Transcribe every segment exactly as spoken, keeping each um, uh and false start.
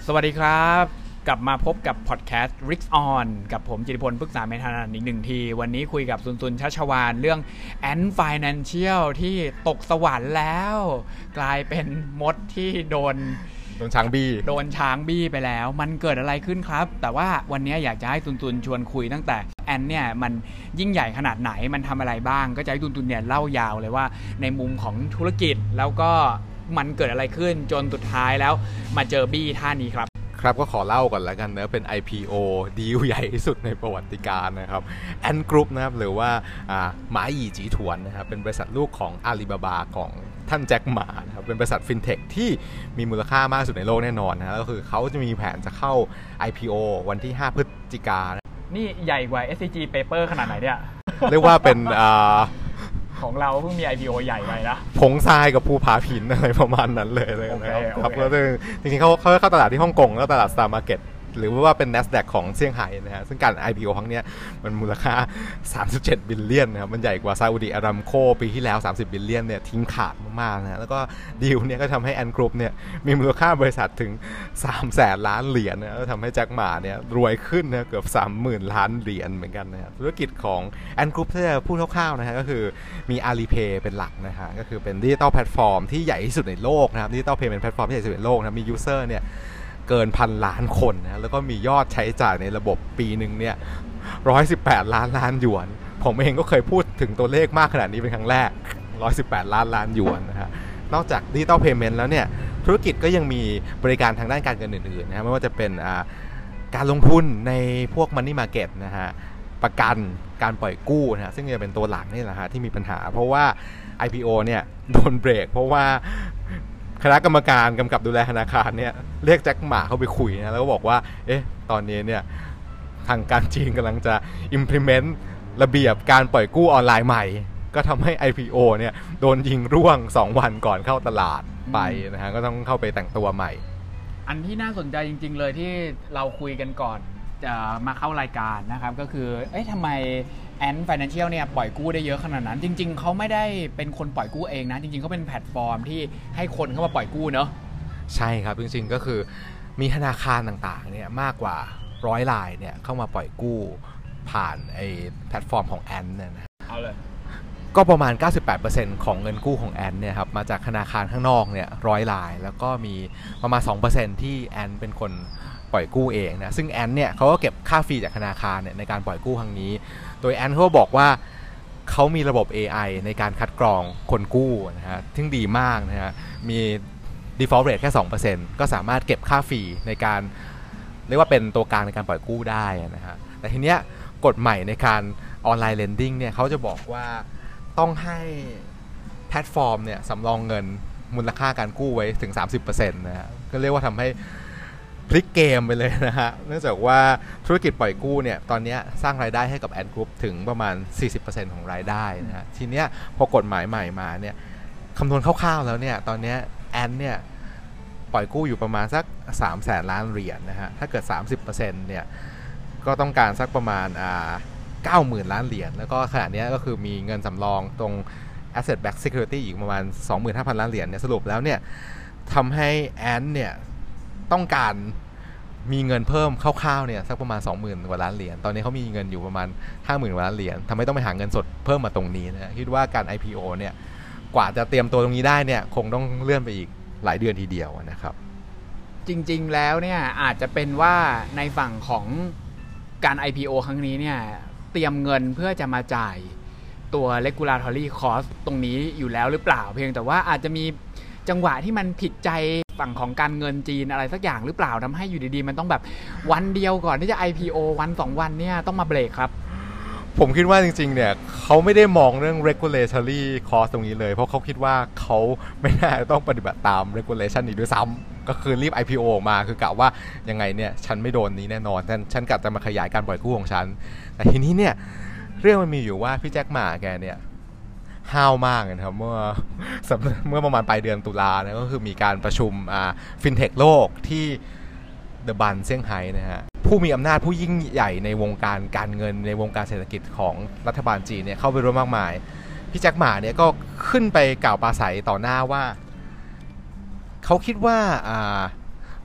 สวัสดีครับกลับมาพบกับพอดแคสต์ Risk On กับผมจิตรพล ปรึกษาเมธานันท์อีกหนึ่งทีวันนี้คุยกับซุนซุนชัชวาลเรื่อง Ant Financial ที่ตกสวรรค์แล้วกลายเป็นมดที่โดนโดนช้างบี้โดนช้างบี้ไปแล้วมันเกิดอะไรขึ้นครับแต่ว่าวันนี้อยากจะให้ตุนตุนชวนคุยตั้งแต่แอนเนี่ยมันยิ่งใหญ่ขนาดไหนมันทำอะไรบ้างก็จะให้ตุนตุนเนี่ยเล่ายาวเลยว่าในมุมของธุรกิจแล้วก็มันเกิดอะไรขึ้นจนสุดท้ายแล้วมาเจอบี้ท่านี้ครับครับก็ขอเล่าก่อนแล้วกันนะเป็น ไอ พี โอ ดีลใหญ่ที่สุดในประวัติการนะครับ Ant Group นะครับหรือว่าหมาหยี่จีถวนนะครับเป็นบริษัทลูกของอาลีบาบาของท่านแจ็คหม่านะครับเป็นบริษัทฟินเทคที่มีมูลค่ามากสุดในโลกแน่นอนนะก็คือเขาจะมีแผนจะเข้า ไอ พี โอ วันที่ห้าพฤศจิกายนนี่ใหญ่กว่า เอส ซี จี Paper ขนาดไหนเนี่ยเรียกว่าเป็นของเราเพิ่งมี ไอ พี โอ ใหญ่ไปนะผงทรายกับภูผาผินอะไรประมาณนั้นเลยเลยนะครับแล้วจริงๆเขาเขาเข้าตลาดที่ฮ่องกงแล้วตลาด Star Market หรือว่าเป็น NASDAQ ของเซี่ยงไฮ้นะฮะซึ่งการ ไอ พี โอ ครั้งนี้มันมูลค่าสามสิบเจ็ดบิลเลียนนะครับมันใหญ่กว่าซาอุดิอารามโคปีที่แล้วสามสิบบิลเลียนเนี่ยทิ้งขาดมากๆนะแล้วก็ดีลเนี่ยก็ทำให้ Ant Group เนี่ยมีมูลค่าบริษัทถึงสามแสนล้านเหรียญนะแล้วทำให้แจ็คหม่าเนี่ยรวยขึ้นนะเกือบ สามหมื่น ล้านเหรียญเหมือนกันนะครับธุรกิจของ Ant Group ถ้าจะพูดคร่าวๆนะฮะก็คือมี Alipay เป็นหลักนะฮะก็คือเป็นดิจิตอลแพลตฟอร์มที่ใหญ่ที่สุดในโลกนะครับดิจิตอลเพย์เมนต์แพลตฟอร์มที่ใหญ่ที่สุดในโลกนะมียูเซอร์เนี่ยเกินพันล้านคนนะแล้วก็มียอดใช้จ่ายในระบบปีหนึ่งเนี่ยหนึ่งร้อยสิบแปดล้านล้านหยวนผมเองก็เคยพูดถึงตัวเลขมากขนาดนี้เป็นครั้งแรกหนึ่งร้อยสิบแปดล้านล้านหยวนนะฮะนอกจากดิจิตอลเพย์เมนต์แล้วเนี่ยธุรกิจก็ยังมีบริการทางด้านการเงินอื่นๆนะไม่ว่าจะเป็นการลงทุนในพวก Money Market นะฮะประกันการปล่อยกู้นะฮะซึ่งจะเป็นตัวหลักนี่แหละฮะที่มีปัญหาเพราะว่า ไอ พี โอ เนี่ยโดนเบรกเพราะว่าคณะกรรมการกำกับดูแลธนาคารเนี่ยเรียกแจ็คหม่าเข้าไปคุยนะแล้วก็บอกว่าเอ๊ะตอนนี้เนี่ยทางการจีนกำลังจะ implement ระเบียบการปล่อยกู้ออนไลน์ใหม่ก็ทำให้ ไอ พี โอ เนี่ยโดนยิงร่วงสองวันก่อนเข้าตลาดไปนะฮะก็ต้องเข้าไปแต่งตัวใหม่อันที่น่าสนใจจริงๆเลยที่เราคุยกันก่อนจะมาเข้ารายการนะครับก็คือเอ๊ะทำไมAnt Financial เนี่ยปล่อยกู้ได้เยอะขนาดนั้นจริงๆเขาไม่ได้เป็นคนปล่อยกู้เองนะจริงๆเขาเป็นแพลตฟอร์มที่ให้คนเข้ามาปล่อยกู้เนอะใช่ครับจริงๆก็คือมีธนาคารต่างๆเนี่ยมากกว่าร้อยรายเนี่ยเข้ามาปล่อยกู้ผ่านไอ้แพลตฟอร์มของ Ant เนี่ยนะเอาเลยก็ประมาณ เก้าสิบแปดเปอร์เซ็นต์ ของเงินกู้ของ Ant เนี่ยครับมาจากธนาคารข้างนอกเนี่ยร้อยรายแล้วก็มีประมาณ สองเปอร์เซ็นต์ ที่ Ant เป็นคนปล่อยกู้เองนะซึ่ง Ant เนี่ยเขาก็เก็บค่าฟรีจากธนาคารเนี่ยในการปล่อยกู้ครั้งนี้โดย Ant เขาบอกว่าเขามีระบบ เอ ไอ ในการคัดกรองคนกู้นะฮะซึ่งดีมากนะฮะมี default rate แค่ สองเปอร์เซ็นต์ ก็สามารถเก็บค่าฟรีในการเรียกว่าเป็นตัวกลางในการปล่อยกู้ได้นะฮะแต่ทีเนี้ยกฎใหม่ในการออนไลน์ lending เนี่ยเขาจะบอกว่าต้องให้แพลตฟอร์มเนี่ยสำรองเงินมูลค่าการกู้ไว้ถึง สามสิบเปอร์เซ็นต์ นะฮะก็เรียกว่าทำให้พลิกเกมไปเลยนะฮะเนื่องจากว่าธุรกิจปล่อยกู้เนี่ยตอนนี้สร้างรายได้ให้กับ Ant Group ถึงประมาณ สี่สิบเปอร์เซ็นต์ ของรายได้นะฮะทีเนี้ยพอกฎหมายใหม่มาเนี่ยคำนวณคร่าวๆแล้วเนี่ยตอนนี้ Ant เนี่ยปล่อยกู้อยู่ประมาณสักสามแสนล้านเหรียญ นะฮะถ้าเกิด สามสิบเปอร์เซ็นต์ เนี่ยก็ต้องการสักประมาณอ่า เก้าหมื่น ล้านเหรียญแล้วก็ขณะนี้ก็คือมีเงินสำรองตรง asset backed security อีกประมาณ สองหมื่นห้าพัน ล้านเหรียญเนี่ยสรุปแล้วเนี่ยทำให้ Ant เนี่ยต้องการมีเงินเพิ่มคร่าวๆเนี่ยสักประมาณ สองหมื่น กว่าล้านเหรียญตอนนี้เขามีเงินอยู่ประมาณ ห้าหมื่น กว่าล้านเหรียญทำให้ต้องไปหาเงินสดเพิ่มมาตรงนี้นะคิดว่าการ ไอ พี โอ เนี่ยกว่าจะเตรียมตัวตรงนี้ได้เนี่ยคงต้องเลื่อนไปอีกหลายเดือนทีเดียวนะครับจริงๆแล้วเนี่ยอาจจะเป็นว่าในฝั่งของการ ไอ พี โอ ครั้งนี้เนี่ยเตรียมเงินเพื่อจะมาจ่ายตัว regulatory cost ตรงนี้อยู่แล้วหรือเปล่าเพียงแต่ว่าอาจจะมีจังหวะที่มันผิดใจฝั่งของการเงินจีนอะไรสักอย่างหรือเปล่าทำให้อยู่ดีๆมันต้องแบบวันเดียวก่อนที่จะ ไอ พี โอ วันสองวันเนี่ยต้องมาเบรกครับผมคิดว่าจริงๆเนี่ยเขาไม่ได้มองเรื่อง regulatory cost ตรงนี้เลยเพราะเขาคิดว่าเขาไม่น่าต้องปฏิบัติตาม regulation นี้ด้วยซ้ำก็คือรีบ ไอ พี โอ ออกมาคือกะว่ายังไงเนี่ยฉันไม่โดนนี้แน่นอนฉันฉันกะจะมาขยายการปล่อยกู้ของฉันแต่ทีนี้เนี่ยเรื่องมันมีอยู่ว่าพี่แจ็คหม่าแกเนี่ยห้าวมากนะครับเมื่อเมื่อประมาณปลายเดือนตุลาเนี่ยก็คือมีการประชุมอ่าฟินเทคโลกที่เดอะบันเซี่ยงไฮ้นะฮะผู้มีอำนาจผู้ยิ่งใหญ่ในวงการการเงินในวงการเศรษฐกิจของรัฐบาลจีนเนี่ยเข้าไปร่วมมากมายพี่แจ็คหม่าเนี่ยก็ขึ้นไปกล่าวปราศัยต่อหน้าว่าเขาคิดว่าอ่า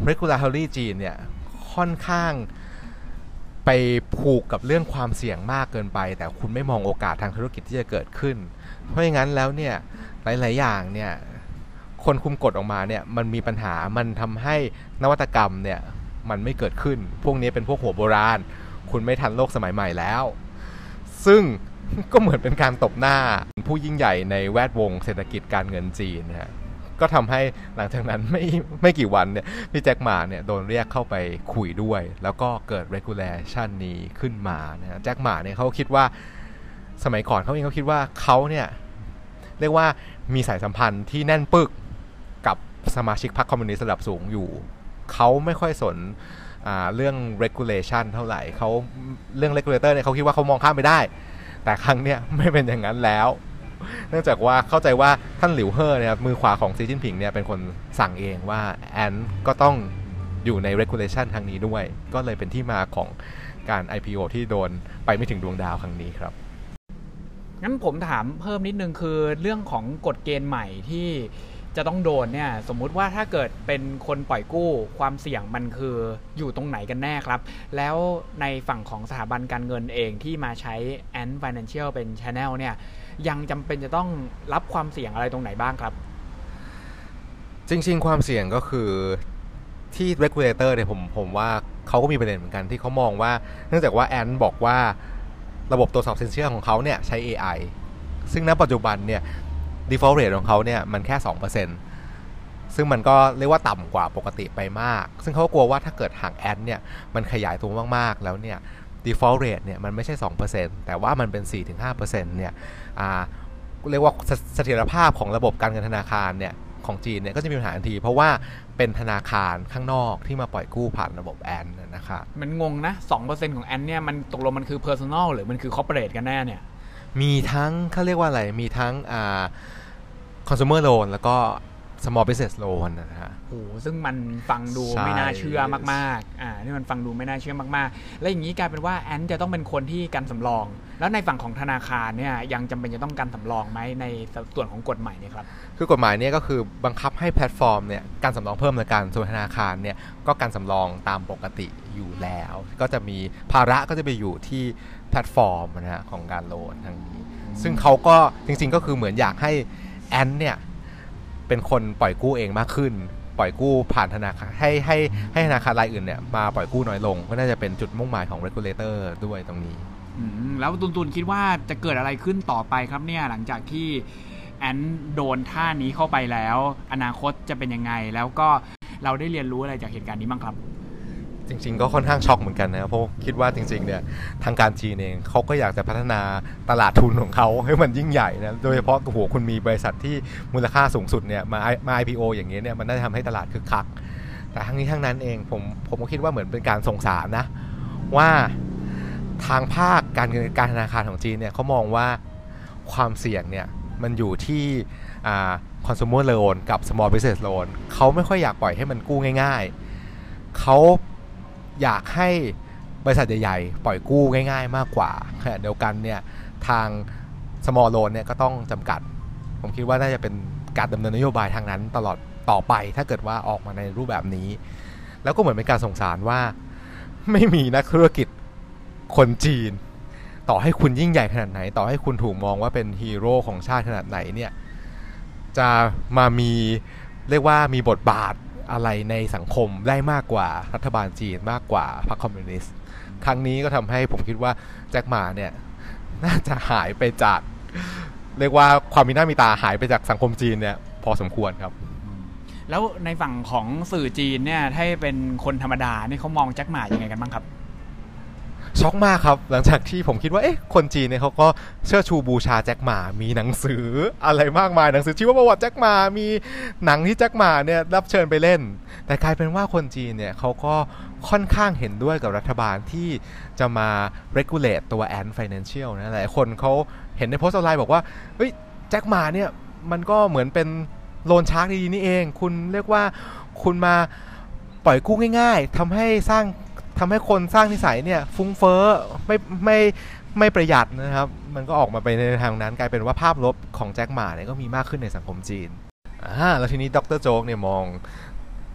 regulatory จีนเนี่ยค่อนข้างไปผูกกับเรื่องความเสี่ยงมากเกินไปแต่คุณไม่มองโอกาสทางธุรกิจที่จะเกิดขึ้นเพราะอย่างนั้นแล้วเนี่ยหลายๆอย่างเนี่ยคนคุมกฎออกมาเนี่ยมันมีปัญหามันทำให้นวัตกรรมเนี่ยมันไม่เกิดขึ้นพวกนี้เป็นพวกหัวโบราณคุณไม่ทันโลกสมัยใหม่แล้วซึ่งก็เหมือนเป็นการตบหน้าผู้ยิ่งใหญ่ในแวดวงเศรษฐกิจการเงินจีนนะฮะก็ทำให้หลังจากนั้นไม่ไม่กี่วันเนี่ยพี่แจ็คหม่าเนี่ยโดนเรียกเข้าไปคุยด้วยแล้วก็เกิด regulation นี้ขึ้นมานะแจ็คหม่าเนี่ยเขาคิดว่าสมัยก่อนเขาเองเขาคิดว่าเขาเนี่ยเรียกว่ามีสายสัมพันธ์ที่แน่นปึกกับสมาชิกพรรคคอมมิวนิสต์ระดับสูงอยู่เขาไม่ค่อยสนเรื่อง regulation เท่าไหร่เขาเรื่อง regulator เนี่ยเขาคิดว่าเขามองข้ามไปได้แต่ครั้งเนี้ยไม่เป็นอย่างนั้นแล้วเนื่องจากว่าเข้าใจว่าท่านหลิวเฮ่อเนี่ยมือขวาของสีจิ้นผิงเนี่ยเป็นคนสั่งเองว่าแอนก็ต้องอยู่ใน regulation ทางนี้ด้วยก็เลยเป็นที่มาของการ ไอ พี โอ ที่โดนไปไม่ถึงดวงดาวครั้งนี้ครับงั้นผมถามเพิ่มนิดนึงคือเรื่องของกฎเกณฑ์ใหม่ที่จะต้องโดนเนี่ยสมมุติว่าถ้าเกิดเป็นคนปล่อยกู้ความเสี่ยงมันคืออยู่ตรงไหนกันแน่ครับแล้วในฝั่งของสถาบันการเงินเองที่มาใช้ Ant Financial เป็น Channel เนี่ยยังจำเป็นจะต้องรับความเสี่ยงอะไรตรงไหนบ้างครับจริงๆความเสี่ยงก็คือที่ regulator เนี่ยผมผมว่าเขาก็มีประเด็นเหมือนกันที่เขามองว่าเนื่องจากว่า Ant บอกว่าระบบตรวจสอบสินเชื่อของเขาเนี่ยใช้ เอ ไอ ซึ่งณปัจจุบันเนี่ยdefault rate ของเขาเนี่ยมันแค่ สองเปอร์เซ็นต์ ซึ่งมันก็เรียกว่าต่ำกว่าปกติไปมากซึ่งเขากลัวว่าถ้าเกิดหากแอนเนี่ยมันขยายตัวมากๆแล้วเนี่ย default rate เนี่ยมันไม่ใช่ สองเปอร์เซ็นต์ แต่ว่ามันเป็น สี่ถึงห้าเปอร์เซ็นต์ เนี่ยอ่าเรียกว่าเสถียรภาพของระบบการเงินธนาคารเนี่ยของจีนเนี่ยก็จะมีปัญหาทันทีเพราะว่าเป็นธนาคารข้างนอกที่มาปล่อยกู้ผ่านระบบแอนนะครับมันงงนะ สองเปอร์เซ็นต์ ของแอนเนี่ยมันตกลงมันคือ personal หรือมันคือ corporate กันแน่เนี่ยมีทั้งเขาเรียกว่าอะไรมีทั้งอ่าconsumer loan แล้วก็ small business loan นะฮะโอ้ซึ่งมันฟังดูไม่น่าเชื่อมากๆอ่านี่มันฟังดูไม่น่าเชื่อมากๆและอย่างนี้กลายเป็นว่าแอนจะต้องเป็นคนที่กันสำรองแล้วในฝั่งของธนาคารเนี่ยยังจำเป็นจะต้องกันสำรองไหมในส่วนของกฎใหม่เนี่ยครับคือกฎหมายเนี่ยก็คือบังคับให้แพลตฟอร์มเนี่ยการสำรองเพิ่มในการส่วนธนาคารเนี่ยก็การสำรองตามปกติอยู่แล้วก็จะมีภาระก็จะไปอยู่ที่แพลตฟอร์มนะฮะของการโลนทางนี้ซึ่งเขาก็จริงๆก็คือเหมือนอยากให้แอนเนี่ยเป็นคนปล่อยกู้เองมากขึ้นปล่อยกู้ผ่านธนาคารให้ให้ให้ธนาคารรายอื่นเนี่ยมาปล่อยกู้น้อยลงก็น่าจะเป็นจุดมุ่งหมายของ regulator ด้วยตรงนี้แล้วตุนตุนคิดว่าจะเกิดอะไรขึ้นต่อไปครับเนี่ยหลังจากที่แอนโดนท่านี้เข้าไปแล้วอนาคตจะเป็นยังไงแล้วก็เราได้เรียนรู้อะไรจากเหตุการณ์นี้บ้างครับจริงๆก็ค่อนข้างช็อกเหมือนกันนะเพราะคิดว่าจริงๆเนี่ยทางการจีนเองเขาก็อยากจะพัฒนาตลาดทุนของเขาให้มันยิ่งใหญ่นะโดยเฉพาะโอ้โหคุณมีบริษัทที่มูลค่าสูงสุดเนี่ยมามา ไอ พี โอ อย่างเงี้ยเนี่ยมันน่าจะทำให้ตลาดคึกคักแต่ทั้งนี้ทั้งนั้นเองผมผมก็คิดว่าเหมือนเป็นการส่งสารนะว่าทางภาคการเงินการธนาคารของจีนเนี่ยเขามองว่าความเสี่ยงเนี่ยมันอยู่ที่อ่า consumer loan กับ small business loan เขาไม่ค่อยอยากปล่อยให้มันกู้ง่ายๆเขาอยากให้บริษัทใหญ่ๆปล่อยกู้ง่ายๆมากกว่าขณะเดียวกันเนี่ยทาง small loan เนี่ยก็ต้องจำกัดผมคิดว่าน่าจะเป็นการดำเนินนโยบายทางนั้นตลอดต่อไปถ้าเกิดว่าออกมาในรูปแบบนี้แล้วก็เหมือนเป็นการส่งสารว่าไม่มีนักธุรกิจคนจีนต่อให้คุณยิ่งใหญ่ขนาดไหนต่อให้คุณถูกมองว่าเป็นฮีโร่ของชาติขนาดไหนเนี่ยจะมามีเรียกว่ามีบทบาทอะไรในสังคมได้มากกว่ารัฐบาลจีนมากกว่าพรรคคอมมิวนิสต์ครั้งนี้ก็ทำให้ผมคิดว่าแจ็คหม่าเนี่ยน่าจะหายไปจากเรียกว่าความมีหน้ามีตาหายไปจากสังคมจีนเนี่ยพอสมควรครับแล้วในฝั่งของสื่อจีนเนี่ยถ้าเป็นคนธรรมดานี่เขามองแจ็คหม่ายังไงกันบ้างครับช็อกมากครับหลังจากที่ผมคิดว่าเอ๊ะคนจีนเนี่ยเขาก็เชิดชูบูชาแจ็คหม่ามีหนังสืออะไรมากมายหนังสือชีวประวัติแจ็คหม่ามีหนังที่แจ็คหม่าเนี่ยรับเชิญไปเล่นแต่กลายเป็นว่าคนจีนเนี่ยเขาก็ค่อนข้างเห็นด้วยกับรัฐบาลที่จะมา regulate ตัว Ant Financial นะหลายคนเขาเห็นในโพสต์ออนไลน์บอกว่าเฮ้ยแจ็คหม่าเนี่ยมันก็เหมือนเป็นโลนชาร์กดีๆนี่เองคุณเรียกว่าคุณมาปล่อยกู้ง่ายๆทำให้สร้างทำให้คนสร้างนิสัยเนี่ยฟุ้งเฟ้อไม่ไม่ไม่ประหยัดนะครับมันก็ออกมาไปในทางนั้นกลายเป็นว่าภาพลบของแจ็คหม่าเนี่ยก็มีมากขึ้นในสังคมจีนอ่าแล้วทีนี้ดร.โจ๊กเนี่ยมอง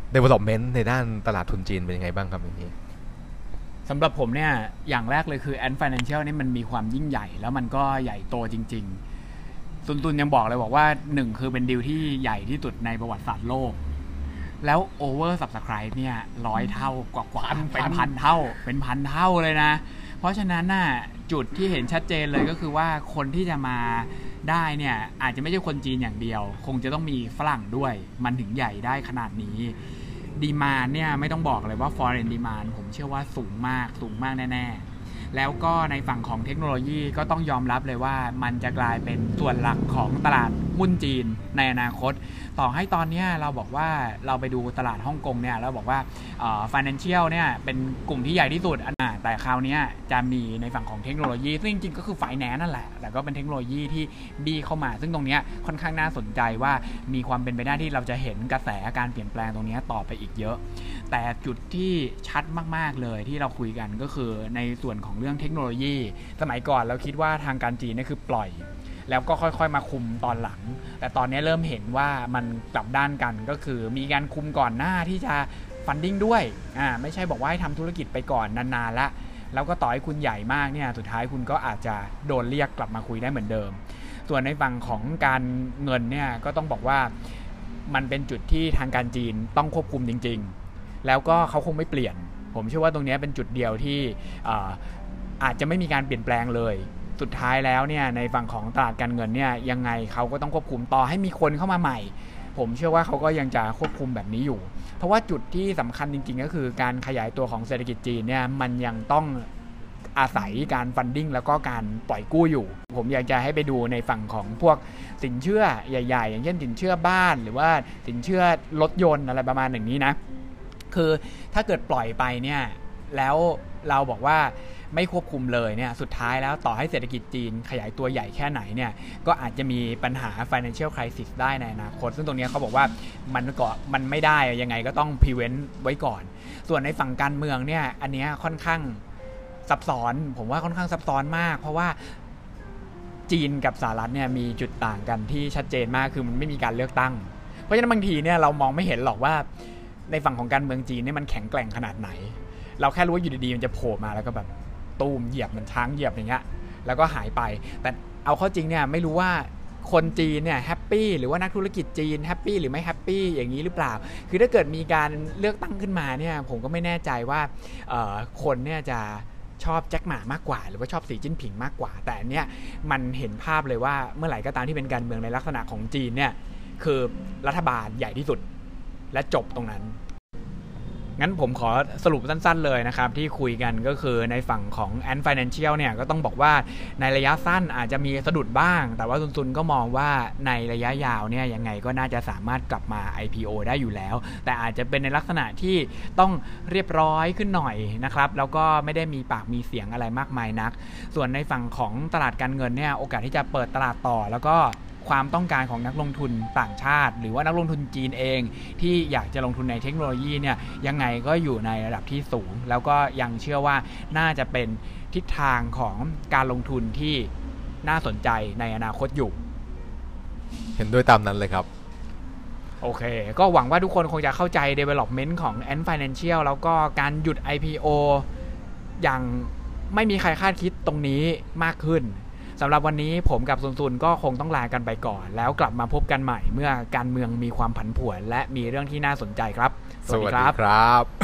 development ในด้านตลาดทุนจีนเป็นยังไงบ้างครับอย่างนี้สำหรับผมเนี่ยอย่างแรกเลยคือ Ant Financial นี่มันมีความยิ่งใหญ่แล้วมันก็ใหญ่โตจริงๆตุนตุนยังบอกเลยบอกว่าหนึ่งคือเป็นดีลที่ใหญ่ที่สุดในประวัติศาสตร์โลกแล้ว over subscribe เนี่ยร้อยเท่ากว่าๆเป็นพันเท่าเป็นพันเท่าเลยนะเพราะฉะนั้นน่ะจุดที่เห็นชัดเจนเลยก็คือว่าคนที่จะมาได้เนี่ยอาจจะไม่ใช่คนจีนอย่างเดียวคงจะต้องมีฝรั่งด้วยมันถึงใหญ่ได้ขนาดนี้ดีมานด์เนี่ยไม่ต้องบอกเลยว่า foreign demand ผมเชื่อว่าสูงมากสูงมากแน่ๆแล้วก็ในฝั่งของเทคโนโลยีก็ต้องยอมรับเลยว่ามันจะกลายเป็นส่วนหลักของตลาดหุ้นจีนในอนาคตต่อให้ตอนนี้เราบอกว่าเราไปดูตลาดฮ่องกงเนี่ยเราบอกว่าเอ่อ financial เนี่ยเป็นกลุ่มที่ใหญ่ที่สุดแต่คราวนี้จะมีในฝั่งของเทคโนโลยีซึ่งจริงๆก็คือ finance นั่นแหละแต่ก็เป็นเทคโนโลยีที่บีเข้ามาซึ่งตรงนี้ค่อนข้างน่าสนใจว่ามีความเป็นไปได้ที่เราจะเห็นกระแสการเปลี่ยนแปลงตรงนี้ต่อไปอีกเยอะแต่จุดที่ชัดมากๆเลยที่เราคุยกันก็คือในส่วนของเรื่องเทคโนโลยีสมัยก่อนเราคิดว่าทางการจีนนี่คือปล่อยแล้วก็ค่อยๆมาคุมตอนหลังแต่ตอนนี้เริ่มเห็นว่ามันกลับด้านกันก็คือมีการคุมก่อนหน้าที่จะฟันดิ้งด้วยอ่าไม่ใช่บอกว่าให้ทำธุรกิจไปก่อนนานๆละแล้วก็ต่อให้คุณใหญ่มากเนี่ยสุดท้ายคุณก็อาจจะโดนเรียกกลับมาคุยได้เหมือนเดิมส่วนในฝั่งของการเงินเนี่ยก็ต้องบอกว่ามันเป็นจุดที่ทางการจีนต้องควบคุมจริงๆแล้วก็เขาคงไม่เปลี่ยนผมเชื่อว่าตรงนี้เป็นจุดเดียวที่อาจจะไม่มีการเปลี่ยนแปลงเลยสุดท้ายแล้วเนี่ยในฝั่งของตลาดการเงินเนี่ยยังไงเขาก็ต้องควบคุมต่อให้มีคนเข้ามาใหม่ผมเชื่อว่าเขาก็ยังจะควบคุมแบบนี้อยู่เพราะว่าจุดที่สำคัญจริงๆก็คือการขยายตัวของเศรษฐกิจจีนเนี่ยมันยังต้องอาศัยการฟันดิ้งแล้วก็การปล่อยกู้อยู่ผมอยากจะให้ไปดูในฝั่งของพวกสินเชื่อใหญ่ๆอย่างเช่นสินเชื่อบ้านหรือว่าสินเชื่อรถยนต์อะไรประมาณอย่างนี้นะคือถ้าเกิดปล่อยไปเนี่ยแล้วเราบอกว่าไม่ควบคุมเลยเนี่ยสุดท้ายแล้วต่อให้เศรษฐกิจจีนขยายตัวใหญ่แค่ไหนเนี่ยก็อาจจะมีปัญหา financial crisis ได้ในอนาคตซึ่งตรงนี้เขาบอกว่ามันก็มันไม่ได้ยังไงก็ต้อง prevent ไว้ก่อนส่วนในฝั่งการเมืองเนี่ยอันนี้ค่อนข้างซับซ้อนผมว่าค่อนข้างซับซ้อนมากเพราะว่าจีนกับสหรัฐเนี่ยมีจุดต่างกันที่ชัดเจนมากคือมันไม่มีการเลือกตั้งเพราะฉะนั้นบางทีเนี่ยเรามองไม่เห็นหรอกว่าในฝั่งของการเมืองจีนเนี่ยมันแข็งแกร่งขนาดไหนเราแค่รู้ว่าอยู่ดีๆมันจะโผล่มาแล้วก็แบบตูมเหยียบมันช้างเหยียบอย่างเงี้ยแล้วก็หายไปแต่เอาเข้าจริงเนี่ยไม่รู้ว่าคนจีนเนี่ยแฮปปี้หรือว่านักธุรกิจจีนแฮปปี้หรือไม่แฮปปี้อย่างนี้หรือเปล่าคือถ้าเกิดมีการเลือกตั้งขึ้นมาเนี่ยผมก็ไม่แน่ใจว่าคนเนี่ยจะชอบแจ็คหม่ามากกว่าหรือว่าชอบสีจิ้นผิงมากกว่าแต่เนี่ยมันเห็นภาพเลยว่าเมื่อไหร่ก็ตามที่เป็นการเมืองในลักษณะของจีนเนี่ยคือรัฐบาลใหญ่ที่สุดและจบตรงนั้นงั้นผมขอสรุปสั้นๆเลยนะครับที่คุยกันก็คือในฝั่งของ Ant Financial เนี่ยก็ต้องบอกว่าในระยะสั้นอาจจะมีสะดุดบ้างแต่ว่าซุนๆก็มองว่าในระยะยาวเนี่ยยังไงก็น่าจะสามารถกลับมา ไอ พี โอ ได้อยู่แล้วแต่อาจจะเป็นในลักษณะที่ต้องเรียบร้อยขึ้นหน่อยนะครับแล้วก็ไม่ได้มีปากมีเสียงอะไรมากมายนักส่วนในฝั่งของตลาดการเงินเนี่ยโอกาสที่จะเปิดตลาดต่อแล้วก็ความต้องการของนักลงทุนต่างชาติหรือว่านักลงทุนจีนเองที่อยากจะลงทุนในเทคโนโลยีเนี่ยยังไงก็อยู่ในระดับที่สูงแล้วก็ยังเชื่อว่าน่าจะเป็นทิศทางของการลงทุนที่น่าสนใจในอนาคตอยู่เห็นด้วยตามนั้นเลยครับโอเคก็หวังว่าทุกคนคงจะเข้าใจ development ของ Ant Financial แล้วก็การหยุด ไอ พี โอ อย่างไม่มีใครคาดคิดตรงนี้มากขึ้นสำหรับวันนี้ผมกับซุนๆก็คงต้องลากันไปก่อนแล้วกลับมาพบกันใหม่เมื่อการเมืองมีความผันผวนและมีเรื่องที่น่าสนใจครับสวัสดีครับ